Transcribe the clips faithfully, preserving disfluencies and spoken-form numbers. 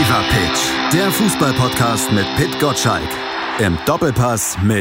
Fever Pitch, der Fußball-Podcast mit Pit Gottschalk. Im Doppelpass mit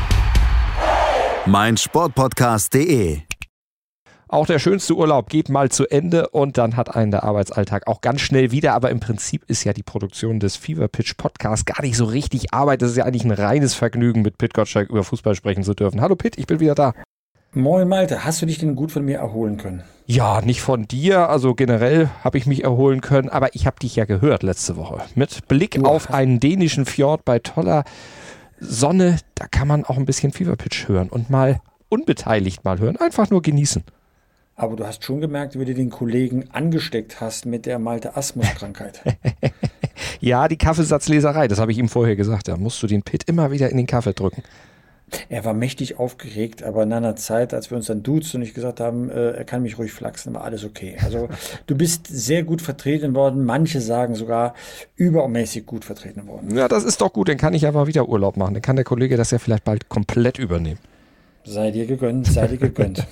meinsportpodcast punkt de. Auch der schönste Urlaub geht mal zu Ende und dann hat einen der Arbeitsalltag auch ganz schnell wieder. Aber im Prinzip ist ja die Produktion des Fever Pitch Podcasts gar nicht so richtig Arbeit. Das ist ja eigentlich ein reines Vergnügen, mit Pit Gottschalk über Fußball sprechen zu dürfen. Hallo Pit, ich bin wieder da. Moin Malte, hast du dich denn gut von mir erholen können? Ja, nicht von dir, also generell habe ich mich erholen können, aber ich habe dich ja gehört letzte Woche. Mit Blick Du auf hast- einen dänischen Fjord bei toller Sonne, da kann man auch ein bisschen Fever Pitch hören und mal unbeteiligt mal hören, einfach nur genießen. Aber du hast schon gemerkt, wie du den Kollegen angesteckt hast mit der Malte-Asmus-Krankheit. Ja, die Kaffeesatzleserei, das habe ich ihm vorher gesagt, da musst du den Pit immer wieder in den Kaffee drücken. Er war mächtig aufgeregt, aber in einer Zeit, als wir uns dann duzt und ich gesagt haben, äh, er kann mich ruhig flachsen, war alles okay. Also du bist sehr gut vertreten worden. Manche sagen sogar übermäßig gut vertreten worden. Ja, das ist doch gut, dann kann ich aber wieder Urlaub machen, dann kann der Kollege das ja vielleicht bald komplett übernehmen. Sei dir gegönnt, sei dir gegönnt.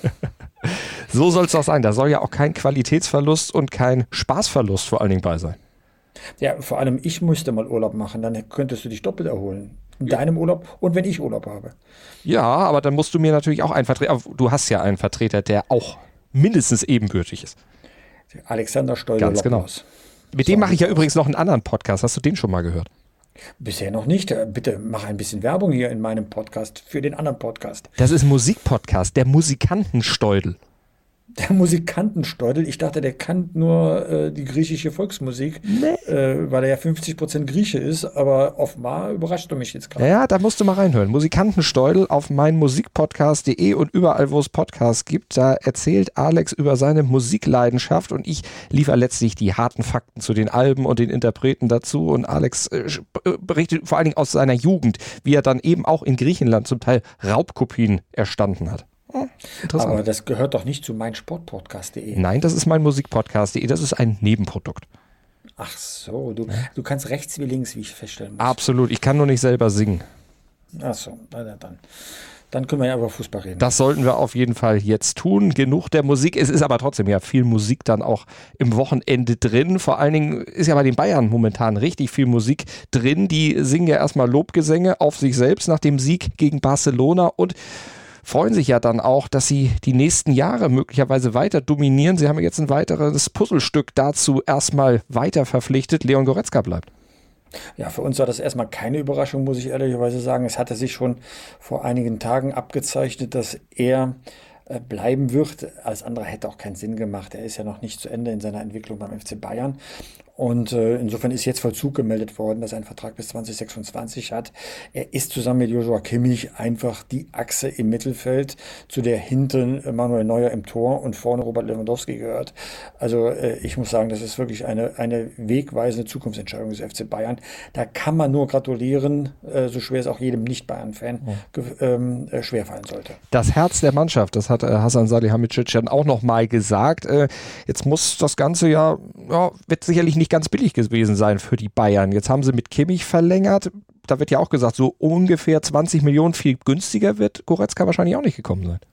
So soll es doch sein, da soll ja auch kein Qualitätsverlust und kein Spaßverlust vor allen Dingen bei sein. Ja, vor allem ich musste mal Urlaub machen, dann könntest du dich doppelt erholen. In deinem Urlaub und wenn ich Urlaub habe. Ja, aber dann musst du mir natürlich auch einen Vertreter, du hast ja einen Vertreter, der auch mindestens ebenbürtig ist. Alexander Stoidel. Ganz genau. Mit dem mache ich ja übrigens noch einen anderen Podcast, hast du den schon mal gehört? Bisher noch nicht. Bitte mach ein bisschen Werbung hier in meinem Podcast für den anderen Podcast. Das ist ein Musikpodcast, der Musikantensteudel. Der Musikantensteudel, ich dachte, der kann nur äh, die griechische Volksmusik, Nee. äh, weil er ja fünfzig Prozent Grieche ist, aber offenbar überrascht du mich jetzt gerade. Ja, da musst du mal reinhören. Musikantensteudel auf meinmusikpodcast punkt de und überall, wo es Podcasts gibt. Da erzählt Alex über seine Musikleidenschaft und ich liefere letztlich die harten Fakten zu den Alben und den Interpreten dazu. Und Alex äh, berichtet vor allen Dingen aus seiner Jugend, wie er dann eben auch in Griechenland zum Teil Raubkopien erstanden hat. Hm, interessant. Aber das gehört doch nicht zu meinsportpodcast punkt de. Nein, das ist mein Musikpodcast punkt de. Das ist ein Nebenprodukt. Ach so, du, du kannst rechts wie links, wie ich feststellen muss. Absolut. Ich kann nur nicht selber singen. Ach so, na, na, dann. Dann können wir ja über Fußball reden. Das sollten wir auf jeden Fall jetzt tun. Genug der Musik. Es ist aber trotzdem ja viel Musik dann auch im Wochenende drin. Vor allen Dingen ist ja bei den Bayern momentan richtig viel Musik drin. Die singen ja erstmal Lobgesänge auf sich selbst nach dem Sieg gegen Barcelona und freuen sich ja dann auch, dass sie die nächsten Jahre möglicherweise weiter dominieren. Sie haben jetzt ein weiteres Puzzlestück dazu erstmal weiter verpflichtet. Leon Goretzka bleibt. Ja, für uns war das erstmal keine Überraschung, muss ich ehrlicherweise sagen. Es hatte sich schon vor einigen Tagen abgezeichnet, dass er äh, bleiben wird. Alles andere hätte auch keinen Sinn gemacht. Er ist ja noch nicht zu Ende in seiner Entwicklung beim F C Bayern. Und äh, insofern ist jetzt Vollzug gemeldet worden, dass er einen Vertrag bis zwanzig sechsundzwanzig hat. Er ist zusammen mit Joshua Kimmich einfach die Achse im Mittelfeld, zu der hinten Manuel Neuer im Tor und vorne Robert Lewandowski gehört. Also äh, ich muss sagen, das ist wirklich eine, eine wegweisende Zukunftsentscheidung des F C Bayern. Da kann man nur gratulieren, äh, so schwer es auch jedem Nicht-Bayern-Fan ge- ähm, äh, schwerfallen sollte. Das Herz der Mannschaft, das hat äh, Hasan Salihamidzic dann auch nochmal gesagt. Äh, jetzt muss das Ganze ja, ja, wird sicherlich nicht ganz billig gewesen sein für die Bayern. Jetzt haben sie mit Kimmich verlängert. Da wird ja auch gesagt, so ungefähr zwanzig Millionen, viel günstiger wird Goretzka wahrscheinlich auch nicht gekommen sein.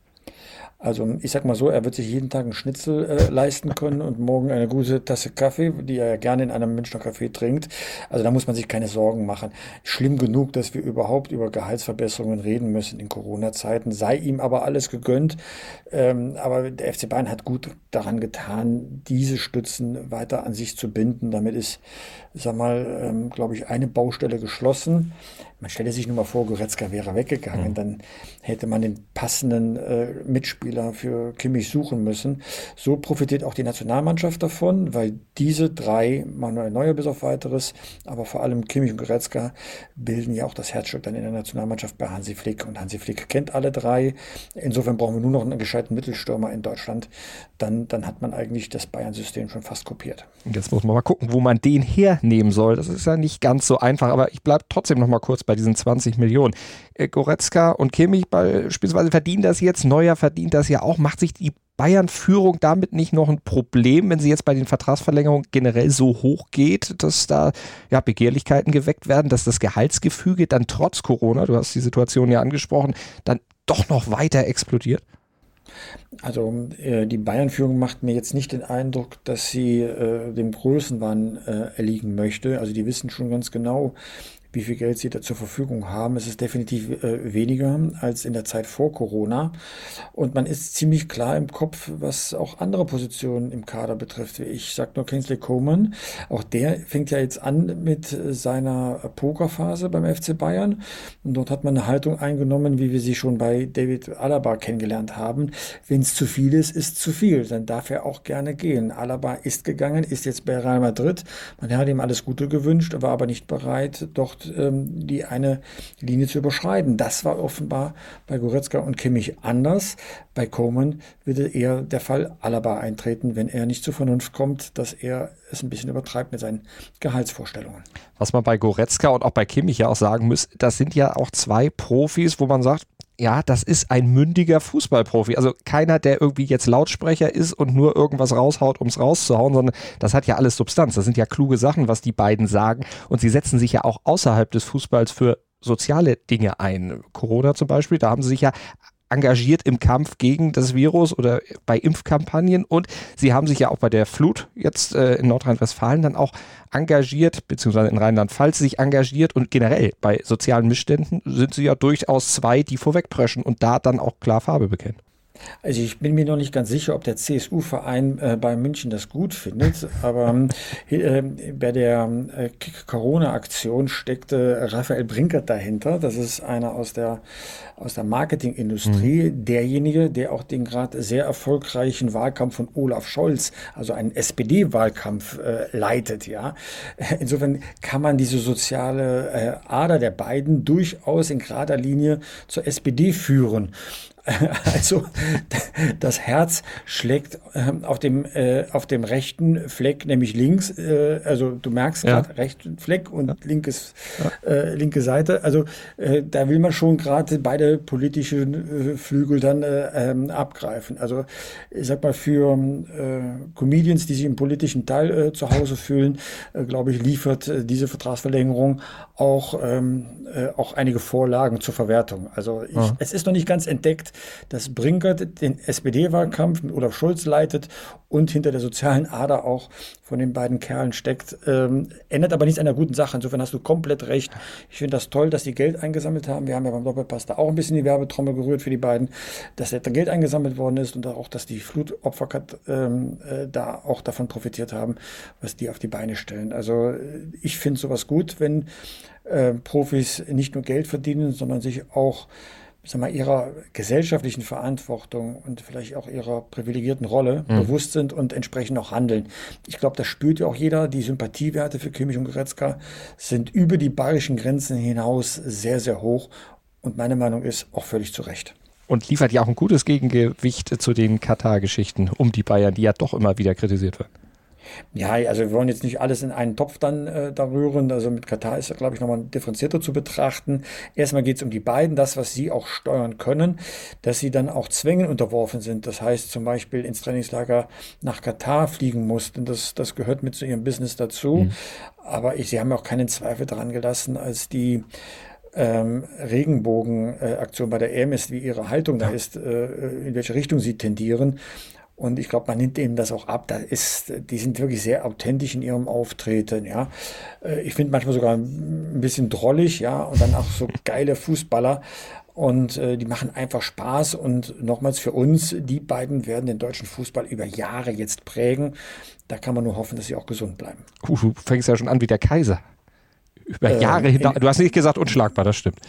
Also ich sag mal so, er wird sich jeden Tag einen Schnitzel äh, leisten können und morgen eine gute Tasse Kaffee, die er ja gerne in einem Münchner Café trinkt. Also da muss man sich keine Sorgen machen. Schlimm genug, dass wir überhaupt über Gehaltsverbesserungen reden müssen in Corona-Zeiten. Sei ihm aber alles gegönnt. Ähm, aber der F C Bayern hat gut daran getan, diese Stützen weiter an sich zu binden. Damit ist, sag mal, ähm, glaube ich, eine Baustelle geschlossen. Man stelle sich nur mal vor, Goretzka wäre weggegangen, mhm. dann hätte man den passenden äh, Mitspieler für Kimmich suchen müssen. So profitiert auch die Nationalmannschaft davon, weil diese drei, Manuel Neuer bis auf weiteres, aber vor allem Kimmich und Goretzka bilden ja auch das Herzstück dann in der Nationalmannschaft bei Hansi Flick. Und Hansi Flick kennt alle drei. Insofern brauchen wir nur noch einen gescheiten Mittelstürmer in Deutschland. Dann, dann hat man eigentlich das Bayern-System schon fast kopiert. Jetzt muss man mal gucken, wo man den hernehmen soll. Das ist ja nicht ganz so einfach, aber ich bleibe trotzdem noch mal kurz bei diesen zwanzig Millionen. Goretzka und Kimmich beispielsweise verdienen das jetzt, Neuer verdient das ja auch. Macht sich die Bayern-Führung damit nicht noch ein Problem, wenn sie jetzt bei den Vertragsverlängerungen generell so hoch geht, dass da ja Begehrlichkeiten geweckt werden, dass das Gehaltsgefüge dann trotz Corona, du hast die Situation ja angesprochen, dann doch noch weiter explodiert? Also äh, die Bayern-Führung macht mir jetzt nicht den Eindruck, dass sie äh, dem Größenwahn äh, erliegen möchte. Also die wissen schon ganz genau, wie viel Geld sie da zur Verfügung haben. Es ist definitiv äh, weniger als in der Zeit vor Corona. Und man ist ziemlich klar im Kopf, was auch andere Positionen im Kader betrifft. Ich sage nur Kingsley Coman. Auch der fängt ja jetzt an mit seiner Pokerphase beim F C Bayern. Und dort hat man eine Haltung eingenommen, wie wir sie schon bei David Alaba kennengelernt haben. Wenn es zu viel ist, ist zu viel. Dann darf er auch gerne gehen. Alaba ist gegangen, ist jetzt bei Real Madrid. Man hat ihm alles Gute gewünscht, war aber nicht bereit, dort die eine Linie zu überschreiten. Das war offenbar bei Goretzka und Kimmich anders. Bei Coman würde eher der Fall Alaba eintreten, wenn er nicht zur Vernunft kommt, dass er es ein bisschen übertreibt mit seinen Gehaltsvorstellungen. Was man bei Goretzka und auch bei Kimmich ja auch sagen muss, das sind ja auch zwei Profis, wo man sagt, ja, das ist ein mündiger Fußballprofi. Also keiner, der irgendwie jetzt Lautsprecher ist und nur irgendwas raushaut, um es rauszuhauen, sondern das hat ja alles Substanz. Das sind ja kluge Sachen, was die beiden sagen. Und sie setzen sich ja auch außerhalb des Fußballs für soziale Dinge ein. Corona zum Beispiel, da haben sie sich ja engagiert im Kampf gegen das Virus oder bei Impfkampagnen, und sie haben sich ja auch bei der Flut jetzt äh, in Nordrhein-Westfalen dann auch engagiert, beziehungsweise in Rheinland-Pfalz sich engagiert, und generell bei sozialen Missständen sind sie ja durchaus zwei, die vorwegpreschen und da dann auch klar Farbe bekennen. Also ich bin mir noch nicht ganz sicher, ob der C S U-Verein äh, bei München das gut findet, aber äh, bei der äh, Corona-Aktion steckte Raphael Brinkert dahinter. Das ist einer aus der, aus der Marketingindustrie, mhm. derjenige, der auch den gerade sehr erfolgreichen Wahlkampf von Olaf Scholz, also einen S P D-Wahlkampf, äh, leitet. Ja, insofern kann man diese soziale äh, Ader der beiden durchaus in gerader Linie zur S P D führen. Also das Herz schlägt äh, auf dem äh, auf dem rechten Fleck, nämlich links. Äh, also du merkst gerade, ja. rechten Fleck und ja. linkes ja. Äh, linke Seite. Also äh, da will man schon gerade beide politischen äh, Flügel dann äh, ähm, abgreifen. Also ich sag mal, für äh, Comedians, die sich im politischen Teil äh, zu Hause fühlen, äh, glaube ich, liefert äh, diese Vertragsverlängerung auch ähm, äh, auch einige Vorlagen zur Verwertung. Also ich, ja. es ist noch nicht ganz entdeckt, dass Brinkert den S P D-Wahlkampf mit Olaf Scholz leitet und hinter der sozialen Ader auch von den beiden Kerlen steckt. Ähm, ändert aber nichts an der guten Sache. Insofern hast du komplett recht. Ich finde das toll, dass die Geld eingesammelt haben. Wir haben ja beim Doppelpass da auch ein bisschen die Werbetrommel gerührt für die beiden, dass da Geld eingesammelt worden ist und auch, dass die Flutopfer ähm, äh, da auch davon profitiert haben, was die auf die Beine stellen. Also ich finde sowas gut, wenn äh, Profis nicht nur Geld verdienen, sondern sich auch sag mal, ihrer gesellschaftlichen Verantwortung und vielleicht auch ihrer privilegierten Rolle mhm. bewusst sind und entsprechend auch handeln. Ich glaube, das spürt ja auch jeder. Die Sympathiewerte für Kimmich und Goretzka sind über die bayerischen Grenzen hinaus sehr, sehr hoch. Und meine Meinung ist auch völlig zu Recht. Und liefert ja auch ein gutes Gegengewicht zu den Katar-Geschichten um die Bayern, die ja doch immer wieder kritisiert werden. Ja, also wir wollen jetzt nicht alles in einen Topf dann äh, da rühren. Also mit Katar ist ja, glaube ich, nochmal differenzierter zu betrachten. Erstmal geht es um die beiden, das, was sie auch steuern können, dass sie dann auch Zwängen unterworfen sind. Das heißt zum Beispiel ins Trainingslager nach Katar fliegen mussten. Das, das gehört mit zu ihrem Business dazu. Mhm. Aber ich, sie haben auch keinen Zweifel daran gelassen, als die Ähm, Regenbogen-Aktion bei der E M ist, wie ihre Haltung ja. da ist, äh, in welche Richtung sie tendieren. Und ich glaube, man nimmt ihnen das auch ab. Da ist, die sind wirklich sehr authentisch in ihrem Auftreten, ja. Ich finde manchmal sogar ein bisschen drollig, ja, und dann auch so geile Fußballer. Und äh, die machen einfach Spaß. Und nochmals für uns, die beiden werden den deutschen Fußball über Jahre jetzt prägen. Da kann man nur hoffen, dass sie auch gesund bleiben. Uh, du fängst ja schon an wie der Kaiser. Über äh, Jahre hinter. Du hast nicht gesagt unschlagbar, das stimmt.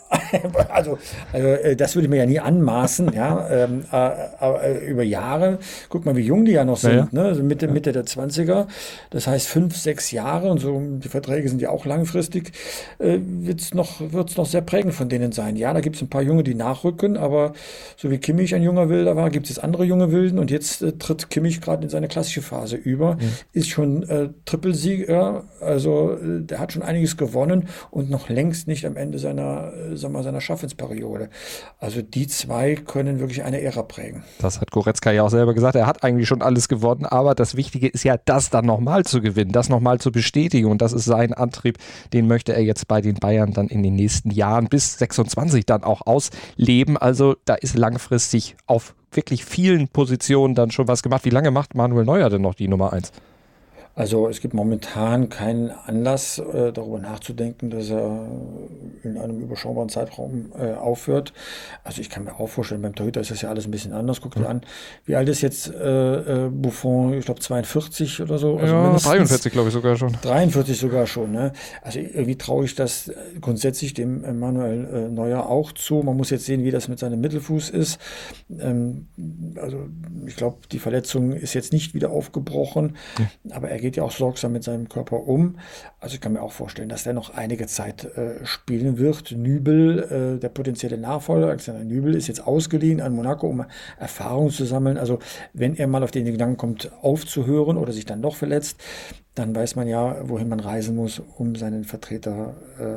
Also, also das würde ich mir ja nie anmaßen, ja, ähm, äh, äh, über Jahre. Guck mal, wie jung die ja noch sind, ja, ja. Ne? Also Mitte, Mitte der zwanziger. Das heißt fünf, sechs Jahre und so, die Verträge sind ja auch langfristig, äh, wird's noch, wird's noch sehr prägend von denen sein. Ja, da gibt es ein paar Junge, die nachrücken, aber so wie Kimmich ein junger Wilder war, gibt es jetzt andere junge Wilden und jetzt äh, tritt Kimmich gerade in seine klassische Phase über, mhm. ist schon äh, Trippelsieger, also äh, der hat schon einiges gewonnen und noch längst nicht am Ende seiner sagen wir, seiner Schaffensperiode. Also die zwei können wirklich eine Ära prägen. Das hat Goretzka ja auch selber gesagt. Er hat eigentlich schon alles gewonnen, aber das Wichtige ist ja, das dann nochmal zu gewinnen, das nochmal zu bestätigen. Und das ist sein Antrieb. Den möchte er jetzt bei den Bayern dann in den nächsten Jahren bis sechsundzwanzig dann auch ausleben. Also da ist langfristig auf wirklich vielen Positionen dann schon was gemacht. Wie lange macht Manuel Neuer denn noch die Nummer eins? Also es gibt momentan keinen Anlass, äh, darüber nachzudenken, dass er in einem überschaubaren Zeitraum äh, aufhört. Also ich kann mir auch vorstellen, beim Torhüter ist das ja alles ein bisschen anders. Guck dir ja. an, wie alt ist jetzt äh, äh, Buffon? Ich glaube zweiundvierzig oder so. Also ja, dreiundvierzig glaube ich sogar schon. dreiundvierzig sogar schon. Ne? Also irgendwie traue ich das grundsätzlich dem äh, Manuel äh, Neuer auch zu. Man muss jetzt sehen, wie das mit seinem Mittelfuß ist. Ähm, also ich glaube, die Verletzung ist jetzt nicht wieder aufgebrochen, ja. aber er geht ja auch sorgsam mit seinem Körper um. Also ich kann mir auch vorstellen, dass der noch einige Zeit äh, spielen wird. Nübel, äh, der potenzielle Nachfolger, Alexander Nübel, ist jetzt ausgeliehen an Monaco, um Erfahrung zu sammeln. Also wenn er mal auf den Gedanken kommt, aufzuhören oder sich dann doch verletzt, dann weiß man ja, wohin man reisen muss, um seinen Vertreter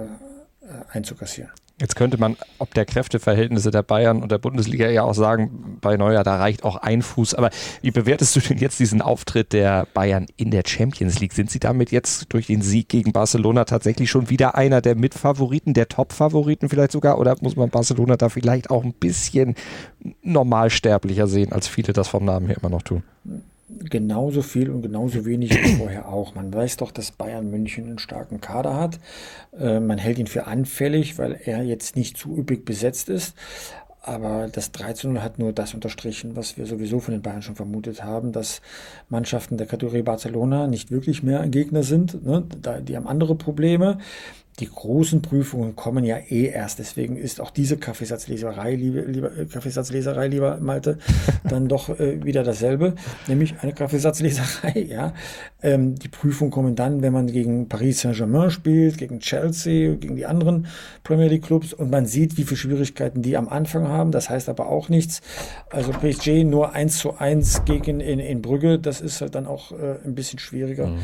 äh, einzukassieren. Jetzt könnte man ob der Kräfteverhältnisse der Bayern und der Bundesliga ja auch sagen, bei Neuer, da reicht auch ein Fuß. Aber wie bewertest du denn jetzt diesen Auftritt der Bayern in der Champions League? Sind sie damit jetzt durch den Sieg gegen Barcelona tatsächlich schon wieder einer der Mitfavoriten, der Top-Favoriten vielleicht sogar? Oder muss man Barcelona da vielleicht auch ein bisschen normalsterblicher sehen, als viele das vom Namen her immer noch tun? Genauso viel und genauso wenig wie vorher auch. Man weiß doch, dass Bayern München einen starken Kader hat. Äh, man hält ihn für anfällig, weil er jetzt nicht zu üppig besetzt ist. Aber das drei zu null hat nur das unterstrichen, was wir sowieso von den Bayern schon vermutet haben, dass Mannschaften der Kategorie Barcelona nicht wirklich mehr ein Gegner sind. Ne? Die haben andere Probleme. Die großen Prüfungen kommen ja eh erst, deswegen ist auch diese Kaffeesatzleserei, liebe, lieber, Kaffeesatzleserei, lieber Malte, dann doch äh, wieder dasselbe, nämlich eine Kaffeesatzleserei, ja. Ähm, die Prüfungen kommen dann, wenn man gegen Paris Saint-Germain spielt, gegen Chelsea, gegen die anderen Premier League Clubs und man sieht, wie viele Schwierigkeiten die am Anfang haben, das heißt aber auch nichts. Also P S G nur eins zu eins gegen in, in Brügge, das ist halt dann auch äh, ein bisschen schwieriger, mhm.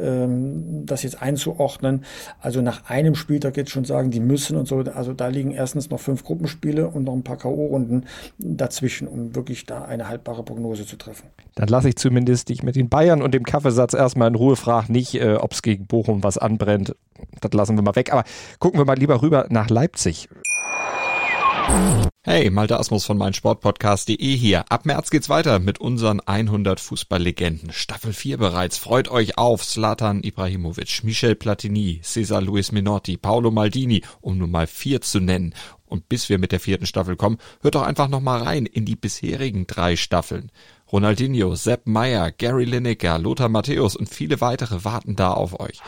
ähm, das jetzt einzuordnen. Also nach einem Spieltag jetzt schon sagen, die müssen und so, also da liegen erstens noch fünf Gruppenspiele und noch ein paar K O-Runden dazwischen, um wirklich da eine haltbare Prognose zu treffen. Dann lasse ich zumindest dich mit den Bayern und dem Kaffeesatz erstmal in Ruhe, frag nicht, äh, ob es gegen Bochum was anbrennt. Das lassen wir mal weg, aber gucken wir mal lieber rüber nach Leipzig. Hey, Malte Asmus von meinsportpodcast punkt de hier. Ab März geht's weiter mit unseren hundert Fußballlegenden. Staffel vier bereits. Freut euch auf Zlatan Ibrahimovic, Michel Platini, Cesar Luis Minotti, Paolo Maldini, um nur mal vier zu nennen. Und bis wir mit der vierten Staffel kommen, hört doch einfach noch mal rein in die bisherigen drei Staffeln. Ronaldinho, Sepp Maier, Gary Lineker, Lothar Matthäus und viele weitere warten da auf euch.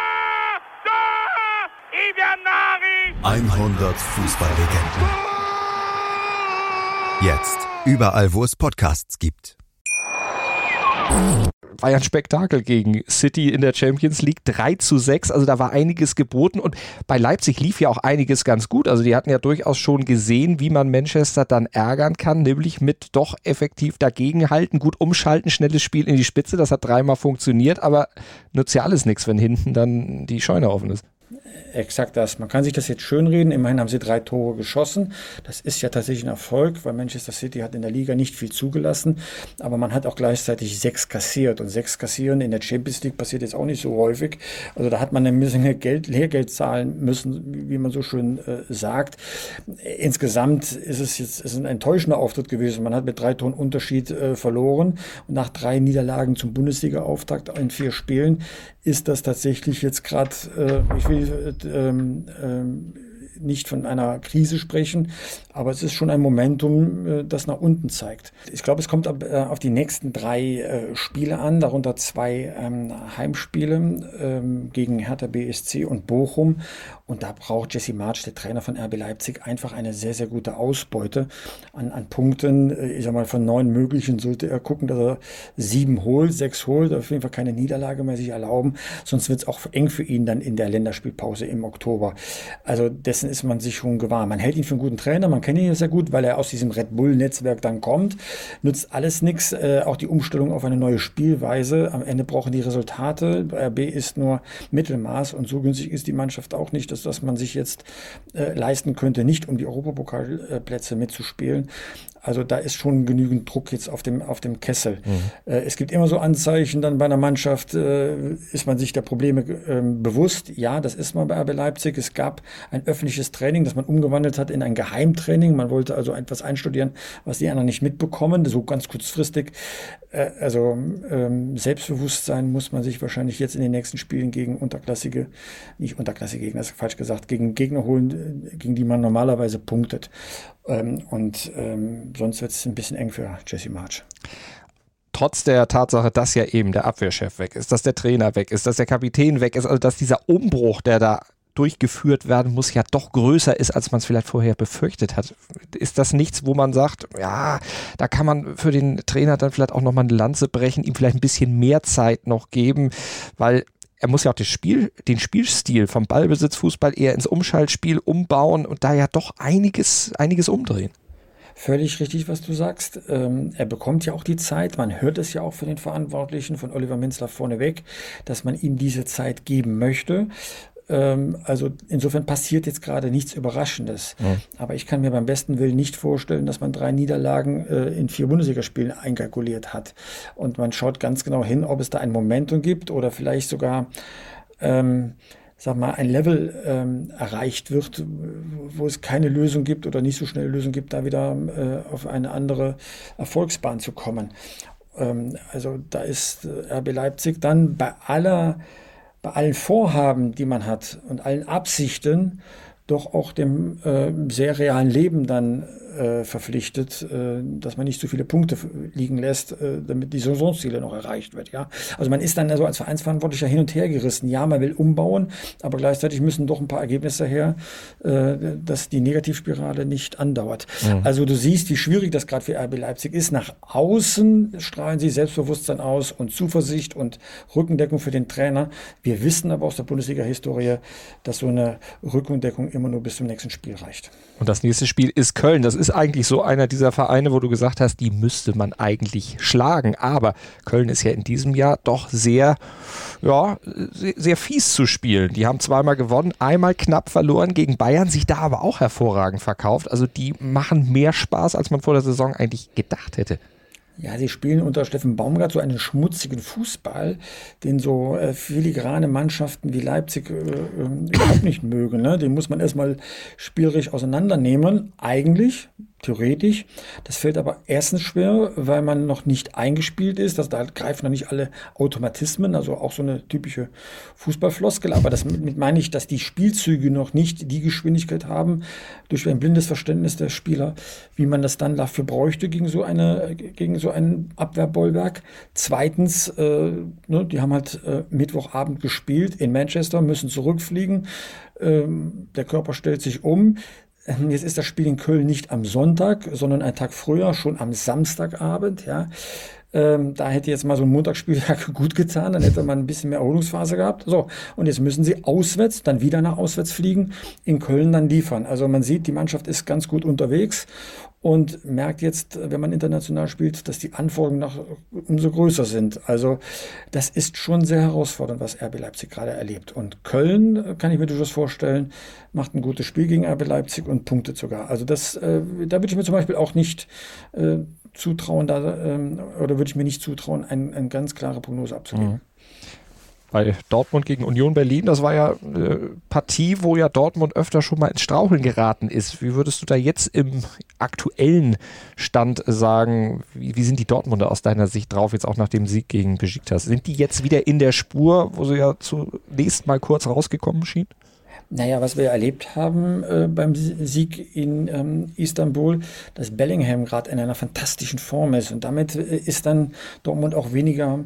hundert Fußballlegenden. Jetzt überall, wo es Podcasts gibt. War ja ein Spektakel gegen City in der Champions League, drei zu sechs, also da war einiges geboten und bei Leipzig lief ja auch einiges ganz gut, also die hatten ja durchaus schon gesehen, wie man Manchester dann ärgern kann, nämlich mit doch effektiv dagegenhalten, gut umschalten, schnelles Spiel in die Spitze, das hat dreimal funktioniert, aber nützt ja alles nichts, wenn hinten dann die Scheune offen ist. Exakt das. Man kann sich das jetzt schönreden. Immerhin haben sie drei Tore geschossen. Das ist ja tatsächlich ein Erfolg, weil Manchester City hat in der Liga nicht viel zugelassen. Aber man hat auch gleichzeitig sechs kassiert. Und sechs kassieren in der Champions League passiert jetzt auch nicht so häufig. Also da hat man eine Menge Geld, Lehrgeld zahlen müssen, wie man so schön äh, sagt. Insgesamt ist es jetzt ist ein enttäuschender Auftritt gewesen. Man hat mit drei Toren Unterschied äh, verloren. Und nach drei Niederlagen zum Bundesliga-Auftakt in vier Spielen ist das tatsächlich jetzt gerade, äh, ich will ähm, ähm, nicht von einer Krise sprechen, aber es ist schon ein Momentum, das nach unten zeigt. Ich glaube, es kommt auf die nächsten drei Spiele an, darunter zwei Heimspiele gegen Hertha B S C und Bochum. Und da braucht Jesse Marsch, der Trainer von R B Leipzig, einfach eine sehr, sehr gute Ausbeute an, an Punkten. Ich sag mal, von neun möglichen sollte er gucken, dass er sieben holt, sechs holt, auf jeden Fall keine Niederlage mehr sich erlauben. Sonst wird es auch eng für ihn dann in der Länderspielpause im Oktober. Also dessen dessen ist man sich schon gewahr. Man hält ihn für einen guten Trainer, man kennt ihn ja sehr gut, weil er aus diesem Red Bull-Netzwerk dann kommt. Nützt alles nichts, äh, auch die Umstellung auf eine neue Spielweise. Am Ende brauchen die Resultate. R B ist nur Mittelmaß und so günstig ist die Mannschaft auch nicht, dass, dass man sich jetzt äh, leisten könnte, nicht um die Europapokalplätze mitzuspielen. Also da ist schon genügend Druck jetzt auf dem, auf dem Kessel. Mhm. Äh, es gibt immer so Anzeichen, dann bei einer Mannschaft äh, ist man sich der Probleme äh, bewusst. Ja, das ist man bei R B Leipzig. Es gab ein öffentliches Training, das man umgewandelt hat in ein Geheimtraining. Man wollte also etwas einstudieren, was die anderen nicht mitbekommen, so ganz kurzfristig. Äh, also ähm, Selbstbewusstsein muss man sich wahrscheinlich jetzt in den nächsten Spielen gegen unterklassige, nicht unterklassige Gegner, das ist falsch gesagt, gegen Gegner holen, gegen die man normalerweise punktet. Ähm, und ähm, sonst wird es ein bisschen eng für Jesse Marsch. Trotz der Tatsache, dass ja eben der Abwehrchef weg ist, dass der Trainer weg ist, dass der Kapitän weg ist, also dass dieser Umbruch, der da durchgeführt werden muss, ja doch größer ist, als man es vielleicht vorher befürchtet hat. Ist das nichts, wo man sagt, ja, da kann man für den Trainer dann vielleicht auch nochmal eine Lanze brechen, ihm vielleicht ein bisschen mehr Zeit noch geben, weil er muss ja auch das Spiel, den Spielstil vom Ballbesitzfußball eher ins Umschaltspiel umbauen und da ja doch einiges, einiges umdrehen. Völlig richtig, was du sagst. Ähm, er bekommt ja auch die Zeit. Man hört es ja auch von den Verantwortlichen, von Oliver Minzlaff vorneweg, dass man ihm diese Zeit geben möchte. Ähm, also insofern passiert jetzt gerade nichts Überraschendes. Ja. Aber ich kann mir beim besten Willen nicht vorstellen, dass man drei Niederlagen äh, in vier Bundesligaspielen einkalkuliert hat. Und man schaut ganz genau hin, ob es da ein Momentum gibt oder vielleicht sogar ähm, sag mal, ein Level ähm, erreicht wird, wo es keine Lösung gibt oder nicht so schnell eine Lösung gibt, da wieder äh, auf eine andere Erfolgsbahn zu kommen. Ähm, also da ist äh, R B Leipzig dann bei aller, bei allen Vorhaben, die man hat und allen Absichten, doch auch dem äh, sehr realen Leben dann äh, verpflichtet, äh, dass man nicht zu viele Punkte liegen lässt, äh, damit die Saisonziele noch erreicht wird. Ja? Also man ist dann also als Vereinsverantwortlicher hin und her gerissen. Ja, man will umbauen, aber gleichzeitig müssen doch ein paar Ergebnisse her, äh, dass die Negativspirale nicht andauert. Mhm. Also du siehst, wie schwierig das gerade für R B Leipzig ist. Nach außen strahlen sie Selbstbewusstsein aus und Zuversicht und Rückendeckung für den Trainer. Wir wissen aber aus der Bundesliga-Historie, dass so eine Rückendeckung immer nur bis zum nächsten Spiel reicht. Und das nächste Spiel ist Köln. Das ist eigentlich so einer dieser Vereine, wo du gesagt hast, die müsste man eigentlich schlagen. Aber Köln ist ja in diesem Jahr doch sehr, ja, sehr, sehr fies zu spielen. Die haben zweimal gewonnen, einmal knapp verloren gegen Bayern, sich da aber auch hervorragend verkauft. Also die machen mehr Spaß, als man vor der Saison eigentlich gedacht hätte. Ja, sie spielen unter Steffen Baumgart so einen schmutzigen Fußball, den so äh, filigrane Mannschaften wie Leipzig äh, äh, überhaupt nicht mögen. Ne? Den muss man erstmal spielerisch auseinandernehmen, eigentlich, theoretisch. Das fällt aber erstens schwer, weil man noch nicht eingespielt ist. Das, da greifen noch nicht alle Automatismen, also auch so eine typische Fußballfloskel. Aber das mit, mit meine ich, dass die Spielzüge noch nicht die Geschwindigkeit haben, durch ein blindes Verständnis der Spieler, wie man das dann dafür bräuchte gegen so eine, gegen so ein Abwehrbollwerk. Zweitens, äh, ne, die haben halt äh, Mittwochabend gespielt in Manchester, müssen zurückfliegen. Ähm, der Körper stellt sich um. Jetzt ist das Spiel in Köln nicht am Sonntag, sondern einen Tag früher, schon am Samstagabend. Ja. Ähm, da hätte jetzt mal so ein Montagsspieltag gut getan, dann hätte man ein bisschen mehr Erholungsphase gehabt. So, und jetzt müssen sie auswärts, dann wieder nach auswärts fliegen, in Köln dann liefern. Also man sieht, die Mannschaft ist ganz gut unterwegs und merkt jetzt, wenn man international spielt, dass die Anforderungen nach umso größer sind. Also das ist schon sehr herausfordernd, was R B Leipzig gerade erlebt. Und Köln, kann ich mir durchaus vorstellen, macht ein gutes Spiel gegen R B Leipzig und punktet sogar. Also das, äh, da würde ich mir zum Beispiel auch nicht äh, zutrauen, da, ähm, oder würde ich mir nicht zutrauen, eine ein ganz klare Prognose abzugeben. Mhm. Bei Dortmund gegen Union Berlin, das war ja eine Partie, wo ja Dortmund öfter schon mal ins Straucheln geraten ist. Wie würdest du da jetzt im aktuellen Stand sagen, wie, wie sind die Dortmunder aus deiner Sicht drauf, jetzt auch nach dem Sieg gegen Besiktas? Sind die jetzt wieder in der Spur, wo sie ja zunächst mal kurz rausgekommen schienen? Naja, was wir erlebt haben äh, beim Sieg in ähm, Istanbul, dass Bellingham gerade in einer fantastischen Form ist und damit äh, ist dann Dortmund auch weniger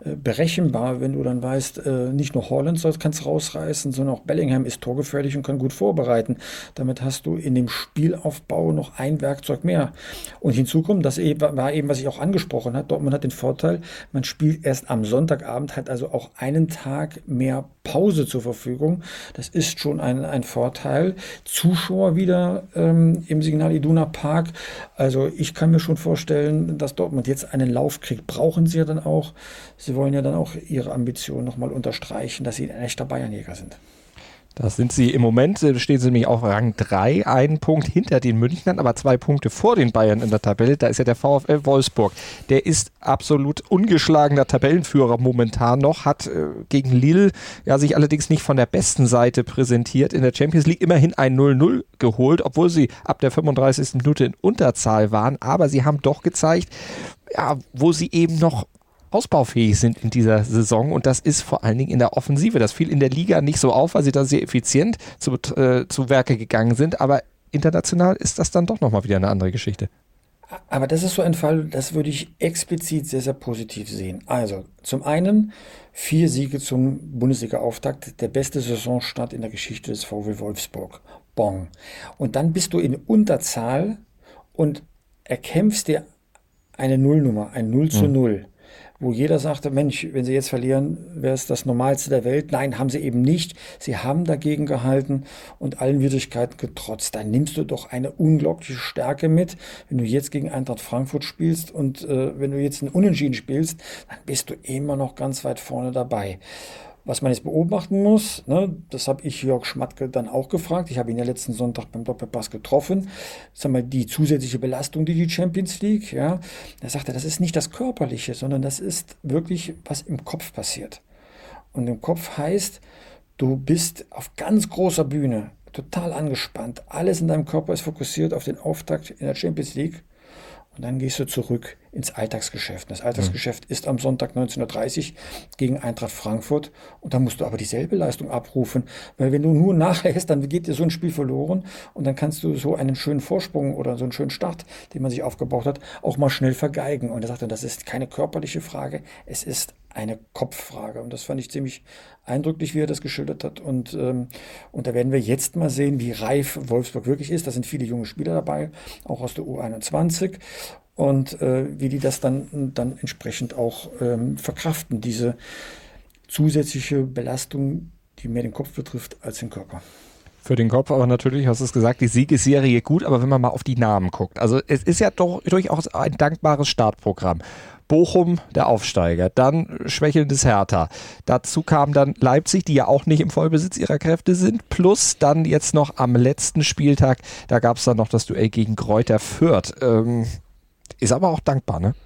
äh, berechenbar, wenn du dann weißt, äh, nicht nur Haaland kannst rausreißen, sondern auch Bellingham ist torgefährlich und kann gut vorbereiten. Damit hast du in dem Spielaufbau noch ein Werkzeug mehr. Und hinzu kommt, das war eben, was ich auch angesprochen habe, Dortmund hat den Vorteil, man spielt erst am Sonntagabend, hat also auch einen Tag mehr Pause zur Verfügung. Das ist schon ein, ein Vorteil. Zuschauer wieder ähm, im Signal Iduna Park. Also ich kann mir schon vorstellen, dass Dortmund jetzt einen Lauf kriegt. Brauchen sie ja dann auch. Sie wollen ja dann auch ihre Ambition nochmal unterstreichen, dass sie ein echter Bayernjäger sind. Das sind sie im Moment, stehen sie nämlich auf Rang drei, einen Punkt hinter den Münchnern, aber zwei Punkte vor den Bayern in der Tabelle. Da ist ja der VfL Wolfsburg. Der ist absolut ungeschlagener Tabellenführer momentan noch, hat äh, gegen Lille ja sich allerdings nicht von der besten Seite präsentiert. In der Champions League immerhin ein null null geholt, obwohl sie ab der fünfunddreißigsten Minute in Unterzahl waren. Aber sie haben doch gezeigt, ja, wo sie eben noch ausbaufähig sind in dieser Saison, und das ist vor allen Dingen in der Offensive. Das fiel in der Liga nicht so auf, weil sie da sehr effizient zu, äh, zu Werke gegangen sind, aber international ist das dann doch nochmal wieder eine andere Geschichte. Aber das ist so ein Fall, das würde ich explizit sehr, sehr positiv sehen. Also zum einen vier Siege zum Bundesliga-Auftakt, der beste Saisonstart in der Geschichte des VfL Wolfsburg. Bon. Und dann bist du in Unterzahl und erkämpfst dir eine Nullnummer, ein null zu null. Mhm. Wo jeder sagte, Mensch, wenn sie jetzt verlieren, wäre es das Normalste der Welt. Nein, haben sie eben nicht. Sie haben dagegen gehalten und allen Widrigkeiten getrotzt. Dann nimmst du doch eine unglaubliche Stärke mit, wenn du jetzt gegen Eintracht Frankfurt spielst, und äh, wenn du jetzt ein Unentschieden spielst, dann bist du immer noch ganz weit vorne dabei. Was man jetzt beobachten muss, ne, das habe ich Jörg Schmatke dann auch gefragt. Ich habe ihn ja letzten Sonntag beim Doppelpass getroffen. Sag mal, die zusätzliche Belastung, die die Champions League, ja, da sagt er, das ist nicht das Körperliche, sondern das ist wirklich, was im Kopf passiert. Und im Kopf heißt, du bist auf ganz großer Bühne, total angespannt. Alles in deinem Körper ist fokussiert auf den Auftakt in der Champions League. Und dann gehst du zurück ins Alltagsgeschäft. Das Alltagsgeschäft mhm. ist am Sonntag neunzehn Uhr dreißig gegen Eintracht Frankfurt. Und da musst du aber dieselbe Leistung abrufen. Weil wenn du nur nachlässt, dann geht dir so ein Spiel verloren. Und dann kannst du so einen schönen Vorsprung oder so einen schönen Start, den man sich aufgebaut hat, auch mal schnell vergeigen. Und er sagte, das ist keine körperliche Frage, es ist eine Kopffrage. Und das fand ich ziemlich eindrücklich, wie er das geschildert hat. Und, ähm, und da werden wir jetzt mal sehen, wie reif Wolfsburg wirklich ist. Da sind viele junge Spieler dabei, auch aus der U einundzwanzig. Und äh, wie die das dann, dann entsprechend auch ähm, verkraften, diese zusätzliche Belastung, die mehr den Kopf betrifft als den Körper. Für den Kopf aber natürlich, hast du es gesagt, die Siegesserie gut, aber wenn man mal auf die Namen guckt, also es ist ja doch durchaus ein dankbares Startprogramm. Bochum, der Aufsteiger, dann schwächelndes Hertha. Dazu kam dann Leipzig, die ja auch nicht im Vollbesitz ihrer Kräfte sind, plus dann jetzt noch am letzten Spieltag, da gab es dann noch das Duell gegen Greuther Fürth. Ähm, ist aber auch dankbar, ne?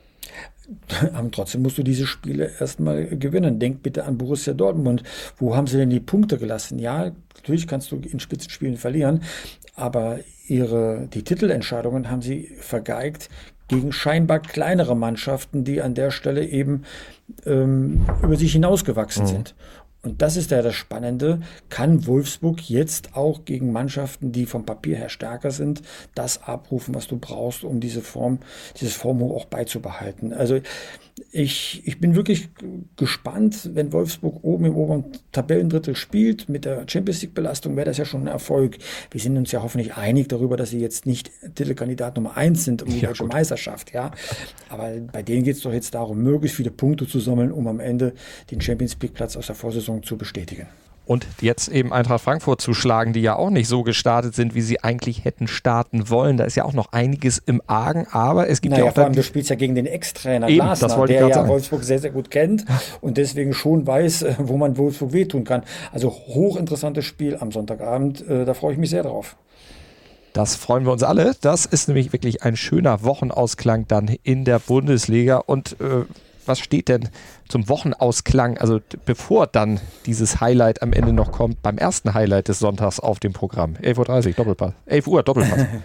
Aber trotzdem musst du diese Spiele erstmal gewinnen. Denk bitte an Borussia Dortmund. Wo haben sie denn die Punkte gelassen? Ja, natürlich kannst du in Spitzenspielen verlieren, aber ihre, die Titelentscheidungen haben sie vergeigt gegen scheinbar kleinere Mannschaften, die an der Stelle eben ähm, über sich hinausgewachsen mhm. sind. Und das ist ja das Spannende. Kann Wolfsburg jetzt auch gegen Mannschaften, die vom Papier her stärker sind, das abrufen, was du brauchst, um diese Form, dieses Formhoch auch beizubehalten? Also ich, ich bin wirklich gespannt, wenn Wolfsburg oben im oberen Tabellendrittel spielt, mit der Champions League-Belastung wäre das ja schon ein Erfolg. Wir sind uns ja hoffentlich einig darüber, dass sie jetzt nicht Titelkandidat Nummer eins sind um die ja, deutsche gut. Meisterschaft. Ja. Aber bei denen geht es doch jetzt darum, möglichst viele Punkte zu sammeln, um am Ende den Champions League-Platz aus der Vorsaison zu bestätigen. Und jetzt eben Eintracht Frankfurt zu schlagen, die ja auch nicht so gestartet sind, wie sie eigentlich hätten starten wollen. Da ist ja auch noch einiges im Argen, aber es gibt naja, ja auch... Vor allem, du spielst ja gegen den Ex-Trainer Glasner, der ja sagen. Wolfsburg sehr, sehr gut kennt und deswegen schon weiß, wo man Wolfsburg wehtun kann. Also hochinteressantes Spiel am Sonntagabend, da freue ich mich sehr drauf. Das freuen wir uns alle. Das ist nämlich wirklich ein schöner Wochenausklang dann in der Bundesliga. Und äh, was steht denn zum Wochenausklang, also bevor dann dieses Highlight am Ende noch kommt, beim ersten Highlight des Sonntags auf dem Programm? elf Uhr dreißig, Doppelpass. elf Uhr, Doppelpass.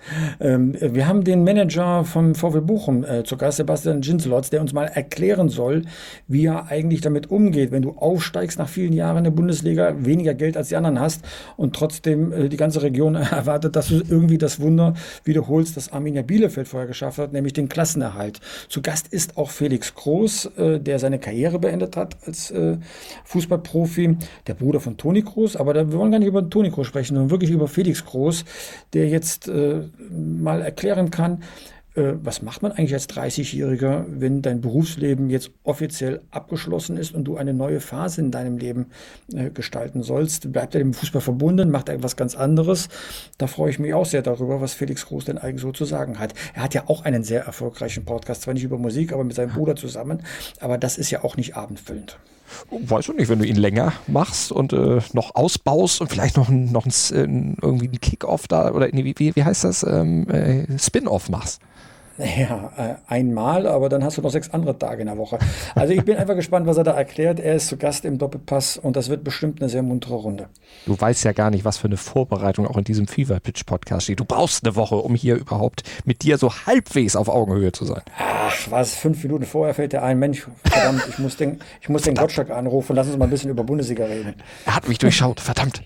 Ähm, wir haben den Manager vom VfL Bochum äh, zu Gast, Sebastian Ginzelotz, der uns mal erklären soll, wie er eigentlich damit umgeht, wenn du aufsteigst nach vielen Jahren in der Bundesliga, weniger Geld als die anderen hast und trotzdem äh, die ganze Region erwartet, dass du irgendwie das Wunder wiederholst, das Arminia Bielefeld vorher geschafft hat, nämlich den Klassenerhalt. Zu Gast ist auch Felix Groß, äh, der seine Karriere beendet hat als äh, Fußballprofi, der Bruder von Toni Kroos, aber da, wir wollen gar nicht über Toni Kroos sprechen, sondern wirklich über Felix Groß, der jetzt äh, mal erklären kann, äh, was macht man eigentlich als dreißigjähriger, wenn dein Berufsleben jetzt offiziell abgeschlossen ist und du eine neue Phase in deinem Leben äh, gestalten sollst. Bleibt er dem Fußball verbunden, macht er etwas ganz anderes. Da freue ich mich auch sehr darüber, was Felix Groß denn eigentlich so zu sagen hat. Er hat ja auch einen sehr erfolgreichen Podcast, zwar nicht über Musik, aber mit seinem Bruder zusammen, aber das ist ja auch nicht abendfüllend. Weißt du nicht, wenn du ihn länger machst und äh, noch ausbaust und vielleicht noch, ein, noch ein, äh, irgendwie einen Kick-Off da oder nee, wie, wie heißt das, ähm, äh, Spin-Off machst. Ja, äh, einmal, aber dann hast du noch sechs andere Tage in der Woche. Also ich bin einfach gespannt, was er da erklärt. Er ist zu Gast im Doppelpass und das wird bestimmt eine sehr muntere Runde. Du weißt ja gar nicht, was für eine Vorbereitung auch in diesem Fever Pitch Podcast steht. Du brauchst eine Woche, um hier überhaupt mit dir so halbwegs auf Augenhöhe zu sein. Ach, was, fünf Minuten vorher fällt dir ein, Mensch, verdammt, ich muss den, ich muss den Gottschalk anrufen, lass uns mal ein bisschen über Bundesliga reden. Er hat mich durchschaut, verdammt.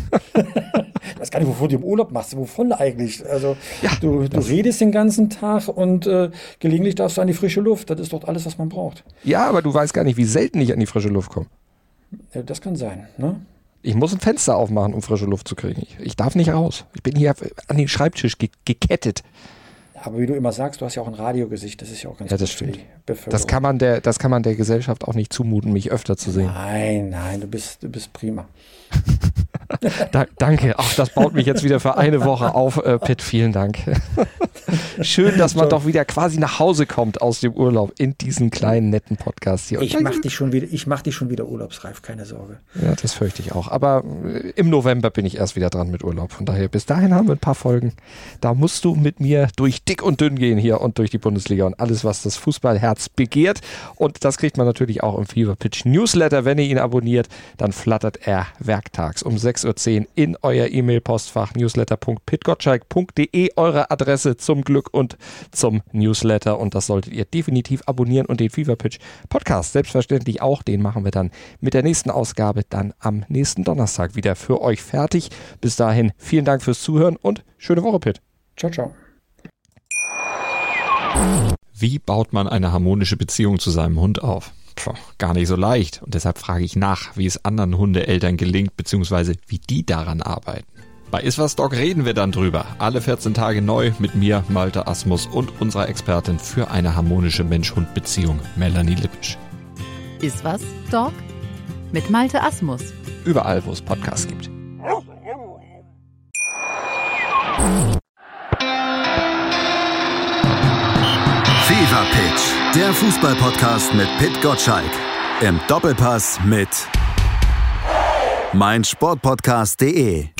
Ich weiß gar nicht, wovon du im Urlaub machst, wovon eigentlich? Also Ja, du, du redest den ganzen Tag und äh, gelegentlich darfst du an die frische Luft. Das ist doch alles, was man braucht. Ja, aber du weißt gar nicht, wie selten ich an die frische Luft komme. Ja, das kann sein, ne? Ich muss ein Fenster aufmachen, um frische Luft zu kriegen. Ich, ich darf nicht raus. Ich bin hier an den Schreibtisch ge- gekettet. Aber wie du immer sagst, du hast ja auch ein Radiogesicht, das ist ja auch ganz Ja, das gut für die stimmt. Bevölkerung. Das kann man der, das kann man der Gesellschaft auch nicht zumuten, mich öfter zu sehen. Nein, nein, du bist, du bist prima. Da, danke. Ach, das baut mich jetzt wieder für eine Woche auf, äh, Pitt. Vielen Dank. Schön, dass man So. doch wieder quasi nach Hause kommt aus dem Urlaub in diesen kleinen, netten Podcast hier. Ich mach dich schon wieder, ich mach dich schon wieder urlaubsreif, keine Sorge. Ja, das fürchte ich auch. Aber äh, im November bin ich erst wieder dran mit Urlaub. Von daher, bis dahin haben wir ein paar Folgen. Da musst du mit mir durch dick und dünn gehen hier und durch die Bundesliga und alles, was das Fußballherz begehrt. Und das kriegt man natürlich auch im Fever Pitch Newsletter. Wenn ihr ihn abonniert, dann flattert er werktags um sechs Uhr zehn in euer E-Mail-Postfach newsletter punkt pitgottschalk punkt de, eure Adresse zum Glück und zum Newsletter. Und das solltet ihr definitiv abonnieren und den Fever Pitch Podcast selbstverständlich auch. Den machen wir dann mit der nächsten Ausgabe dann am nächsten Donnerstag wieder für euch fertig. Bis dahin vielen Dank fürs Zuhören und schöne Woche, Pitt. Ciao, ciao. Wie baut man eine harmonische Beziehung zu seinem Hund auf? Puh, gar nicht so leicht. Und deshalb frage ich nach, wie es anderen Hundeeltern gelingt, beziehungsweise wie die daran arbeiten. Bei Iswas Dog reden wir dann drüber. Alle vierzehn Tage neu mit mir, Malte Asmus und unserer Expertin für eine harmonische Mensch-Hund-Beziehung, Melanie Lippisch. Iswas Dog? Mit Malte Asmus. Überall, wo es Podcasts gibt. Fever Pitch, der Fußballpodcast mit Pitt Gottschalk. Im Doppelpass mit meinsportpodcast punkt de.